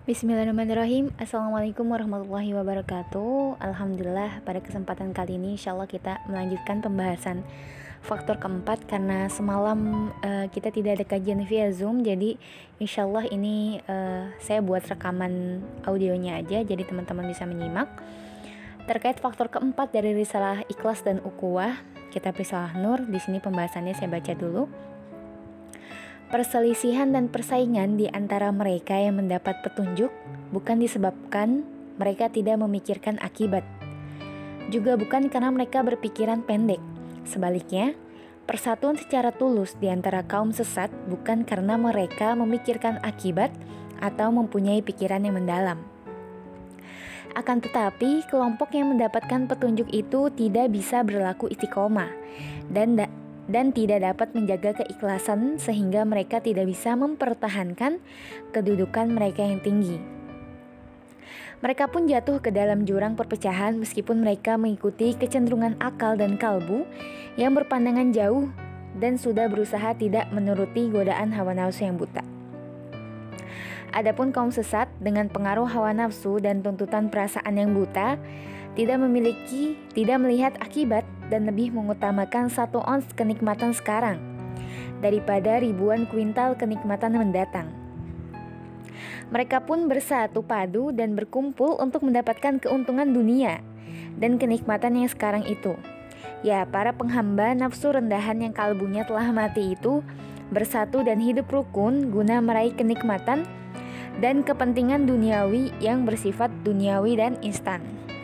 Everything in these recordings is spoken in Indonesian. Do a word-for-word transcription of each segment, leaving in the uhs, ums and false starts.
Bismillahirrahmanirrahim. Assalamualaikum warahmatullahi wabarakatuh. Alhamdulillah, pada kesempatan kali ini insya Allah kita melanjutkan pembahasan faktor keempat. Karena semalam uh, kita tidak ada kajian via Zoom, jadi insya Allah ini uh, saya buat rekaman audionya aja, jadi teman-teman bisa menyimak. Terkait faktor keempat dari risalah Ikhlas dan Ukhuwah, kitab Risalah Nur. Di sini pembahasannya saya baca dulu. Perselisihan dan persaingan di antara mereka yang mendapat petunjuk bukan disebabkan mereka tidak memikirkan akibat, juga bukan karena mereka berpikiran pendek. Sebaliknya, persatuan secara tulus di antara kaum sesat bukan karena mereka memikirkan akibat atau mempunyai pikiran yang mendalam. Akan tetapi, kelompok yang mendapatkan petunjuk itu tidak bisa berlaku istiqomah dan da- dan tidak dapat menjaga keikhlasan sehingga mereka tidak bisa mempertahankan kedudukan mereka yang tinggi. Mereka pun jatuh ke dalam jurang perpecahan meskipun mereka mengikuti kecenderungan akal dan kalbu yang berpandangan jauh dan sudah berusaha tidak menuruti godaan hawa nafsu yang buta. Adapun kaum sesat dengan pengaruh hawa nafsu dan tuntutan perasaan yang buta tidak memiliki, tidak melihat akibat dan lebih mengutamakan satu ons kenikmatan sekarang daripada ribuan kuintal kenikmatan mendatang. Mereka pun bersatu padu dan berkumpul untuk mendapatkan keuntungan dunia dan kenikmatan yang sekarang itu. Ya, para penghamba nafsu rendahan yang kalbunya telah mati itu bersatu dan hidup rukun guna meraih kenikmatan dan kepentingan duniawi yang bersifat duniawi dan instan.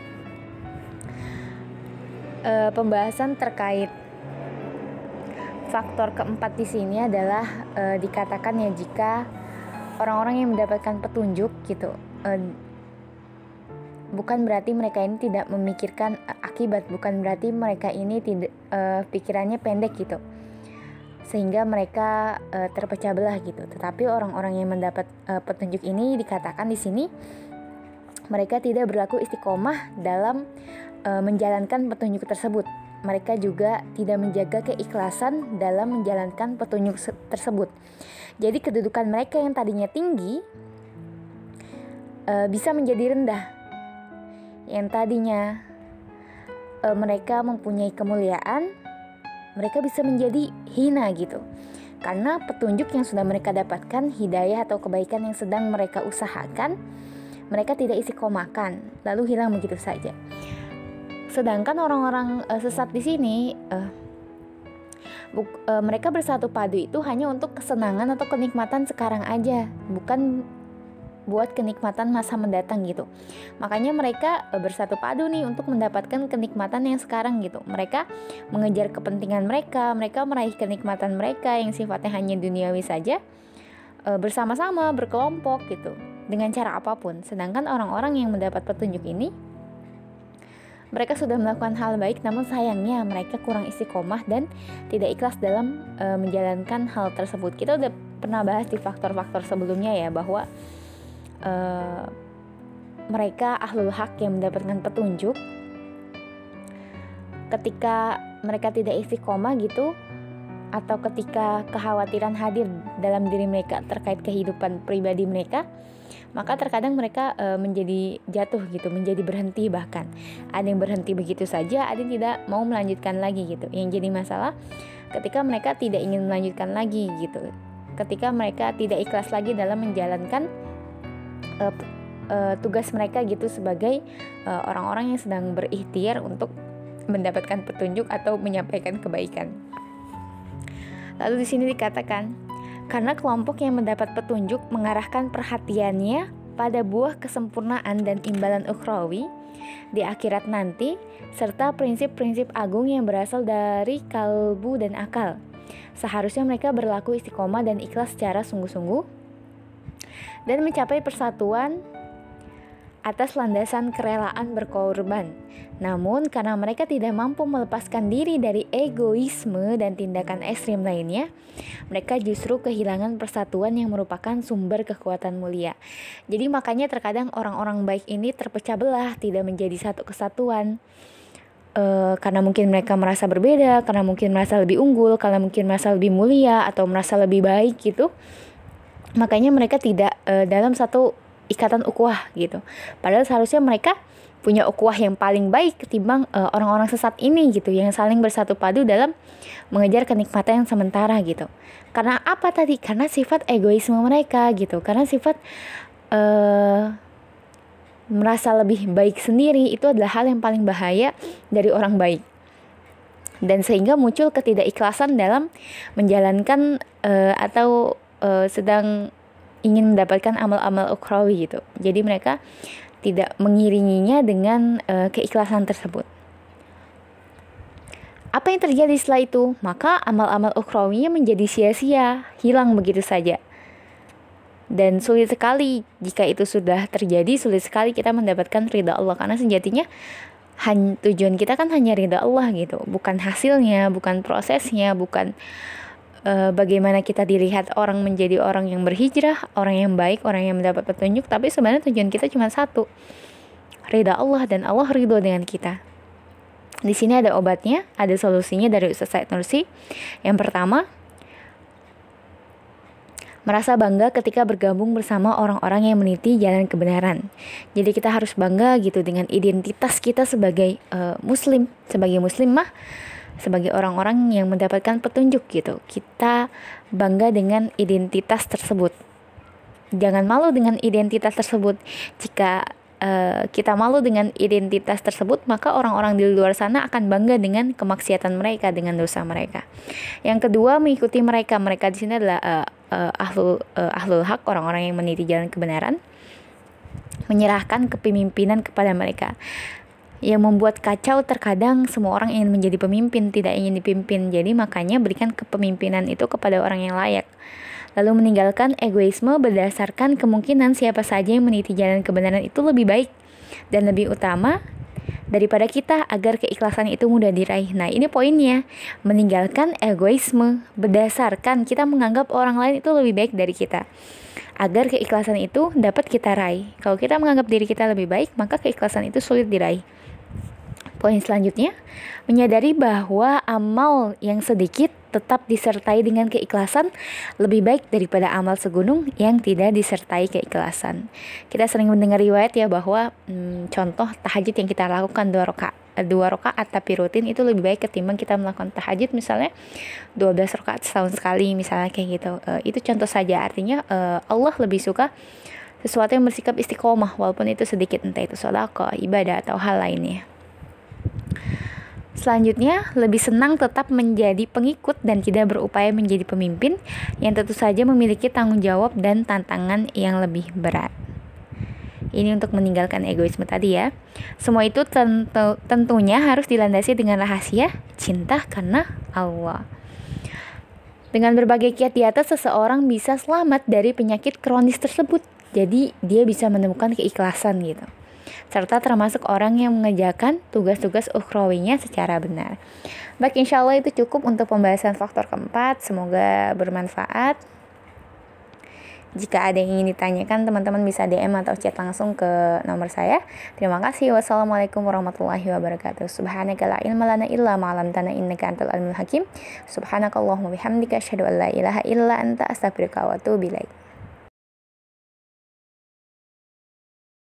E, pembahasan terkait faktor keempat di sini adalah e, dikatakan ya jika orang-orang yang mendapatkan petunjuk gitu, e, bukan berarti mereka ini tidak memikirkan akibat, bukan berarti mereka ini tidak e, pikirannya pendek gitu, sehingga mereka e, terpecah belah gitu. Tetapi orang-orang yang mendapat e, petunjuk ini dikatakan di sini mereka tidak berlaku istiqomah dalam e, menjalankan petunjuk tersebut. Mereka juga tidak menjaga keikhlasan dalam menjalankan petunjuk tersebut. Jadi kedudukan mereka yang tadinya tinggi e, bisa menjadi rendah. Yang tadinya e, mereka mempunyai kemuliaan, mereka bisa menjadi hina gitu. Karena petunjuk yang sudah mereka dapatkan, hidayah atau kebaikan yang sedang mereka usahakan, mereka tidak istiqomahkan, lalu hilang begitu saja. Sedangkan orang-orang uh, sesat di sini, uh, buk, uh, mereka bersatu padu itu hanya untuk kesenangan atau kenikmatan sekarang aja, bukan buat kenikmatan masa mendatang gitu. Makanya mereka uh, bersatu padu nih untuk mendapatkan kenikmatan yang sekarang gitu. Mereka mengejar kepentingan mereka, mereka meraih kenikmatan mereka yang sifatnya hanya duniawi saja, uh, bersama-sama, berkelompok gitu, dengan cara apapun. Sedangkan orang-orang yang mendapat petunjuk ini, mereka sudah melakukan hal baik, namun sayangnya mereka kurang istiqomah dan tidak ikhlas dalam e, menjalankan hal tersebut. Kita udah pernah bahas di faktor-faktor sebelumnya ya, bahwa e, mereka ahlul haq yang mendapatkan petunjuk, ketika mereka tidak istiqomah gitu, atau ketika kekhawatiran hadir dalam diri mereka terkait kehidupan pribadi mereka, maka terkadang mereka e, menjadi jatuh gitu, menjadi berhenti bahkan. Ada yang berhenti begitu saja, ada yang tidak mau melanjutkan lagi gitu. Yang jadi masalah ketika mereka tidak ingin melanjutkan lagi gitu. Ketika mereka tidak ikhlas lagi dalam menjalankan e, e, tugas mereka gitu sebagai e, orang-orang yang sedang berikhtiar untuk mendapatkan petunjuk atau menyampaikan kebaikan. Lalu di sini dikatakan, karena kelompok yang mendapat petunjuk mengarahkan perhatiannya pada buah kesempurnaan dan imbalan ukhrawi di akhirat nanti, serta prinsip-prinsip agung yang berasal dari kalbu dan akal. Seharusnya mereka berlaku istiqomah dan ikhlas secara sungguh-sungguh dan mencapai persatuan atas landasan kerelaan berkorban. Namun karena mereka tidak mampu melepaskan diri dari egoisme dan tindakan ekstrim lainnya, mereka justru kehilangan persatuan yang merupakan sumber kekuatan mulia. Jadi makanya terkadang orang-orang baik ini terpecah belah, tidak menjadi satu kesatuan. E, karena mungkin mereka merasa berbeda, karena mungkin merasa lebih unggul, karena mungkin merasa lebih mulia atau merasa lebih baik gitu. Makanya mereka tidak e, dalam satu ikatan ukhuwah gitu. Padahal seharusnya mereka punya ukhuwah yang paling baik ketimbang uh, orang-orang sesat ini gitu, yang saling bersatu padu dalam mengejar kenikmatan yang sementara gitu. Karena apa tadi? Karena sifat egoisme mereka gitu. Karena sifat uh, merasa lebih baik sendiri itu adalah hal yang paling bahaya dari orang baik. Dan sehingga muncul ketidakikhlasan dalam menjalankan uh, atau uh, sedang ingin mendapatkan amal-amal ukhrawi gitu. Jadi mereka tidak mengiringinya dengan uh, keikhlasan tersebut. Apa yang terjadi setelah itu? Maka amal-amal ukhrawinya menjadi sia-sia, hilang begitu saja. Dan sulit sekali jika itu sudah terjadi, sulit sekali kita mendapatkan ridha Allah. Karena sejatinya han, tujuan kita kan hanya ridha Allah gitu. Bukan hasilnya, bukan prosesnya, bukan uh, bagaimana kita dilihat orang menjadi orang yang berhijrah, orang yang baik, orang yang mendapat petunjuk. Tapi sebenarnya tujuan kita cuma satu, ridha Allah, dan Allah ridho dengan kita. Di sini ada obatnya, ada solusinya dari Ustaz Said Nursi. Yang pertama, merasa bangga ketika bergabung bersama orang-orang yang meniti jalan kebenaran. Jadi kita harus bangga gitu dengan identitas kita sebagai uh, muslim, sebagai muslimah, sebagai orang-orang yang mendapatkan petunjuk gitu. Kita bangga dengan identitas tersebut. Jangan malu dengan identitas tersebut. Jika uh, kita malu dengan identitas tersebut, maka orang-orang di luar sana akan bangga dengan kemaksiatan mereka, dengan dosa mereka. Yang kedua, mengikuti mereka. Mereka di sini adalah uh, uh, ahlul uh, ahlul haq, orang-orang yang meniti jalan kebenaran. Menyerahkan kepemimpinan kepada mereka. Yang membuat kacau terkadang semua orang ingin menjadi pemimpin, tidak ingin dipimpin. Jadi makanya berikan kepemimpinan itu kepada orang yang layak. Lalu meninggalkan egoisme berdasarkan kemungkinan siapa saja yang meniti jalan kebenaran itu lebih baik dan lebih utama daripada kita, agar keikhlasan itu mudah diraih. Nah, ini poinnya. Meninggalkan egoisme berdasarkan kita menganggap orang lain itu lebih baik dari kita, agar keikhlasan itu dapat kita raih. Kalau kita menganggap diri kita lebih baik, maka keikhlasan itu sulit diraih. Poin selanjutnya, menyadari bahwa amal yang sedikit tetap disertai dengan keikhlasan lebih baik daripada amal segunung yang tidak disertai keikhlasan. Kita sering mendengar riwayat ya bahwa hmm, contoh tahajud yang kita lakukan dua rakaat dua rakaat tapi rutin itu lebih baik ketimbang kita melakukan tahajud misalnya dua belas rakaat setahun sekali misalnya kayak gitu. Uh, itu contoh saja, artinya uh, Allah lebih suka sesuatu yang bersikap istiqomah walaupun itu sedikit, entah itu sedekah, ibadah atau hal lainnya. Selanjutnya, lebih senang tetap menjadi pengikut dan tidak berupaya menjadi pemimpin yang tentu saja memiliki tanggung jawab dan tantangan yang lebih berat. Ini untuk meninggalkan egoisme tadi ya. Semua itu tentu, tentunya harus dilandasi dengan rahasia cinta karena Allah. Dengan berbagai kiat di atas, seseorang bisa selamat dari penyakit kronis tersebut. Jadi dia bisa menemukan keikhlasan gitu, serta termasuk orang yang mengerjakan tugas-tugas ukhrawinya secara benar. Baik, insya Allah itu cukup untuk pembahasan faktor keempat. Semoga bermanfaat. Jika ada yang ingin ditanyakan, teman-teman bisa D M atau chat langsung ke nomor saya. Terima kasih. Wassalamualaikum warahmatullahi wabarakatuh. Subhanaka la ilma lana illa ma 'allamtana innaka antal alimul hakim. Subhanakallahumma bihamdika asyhadu an la ilaha illa anta astaghfiruka wa atubu ilaik.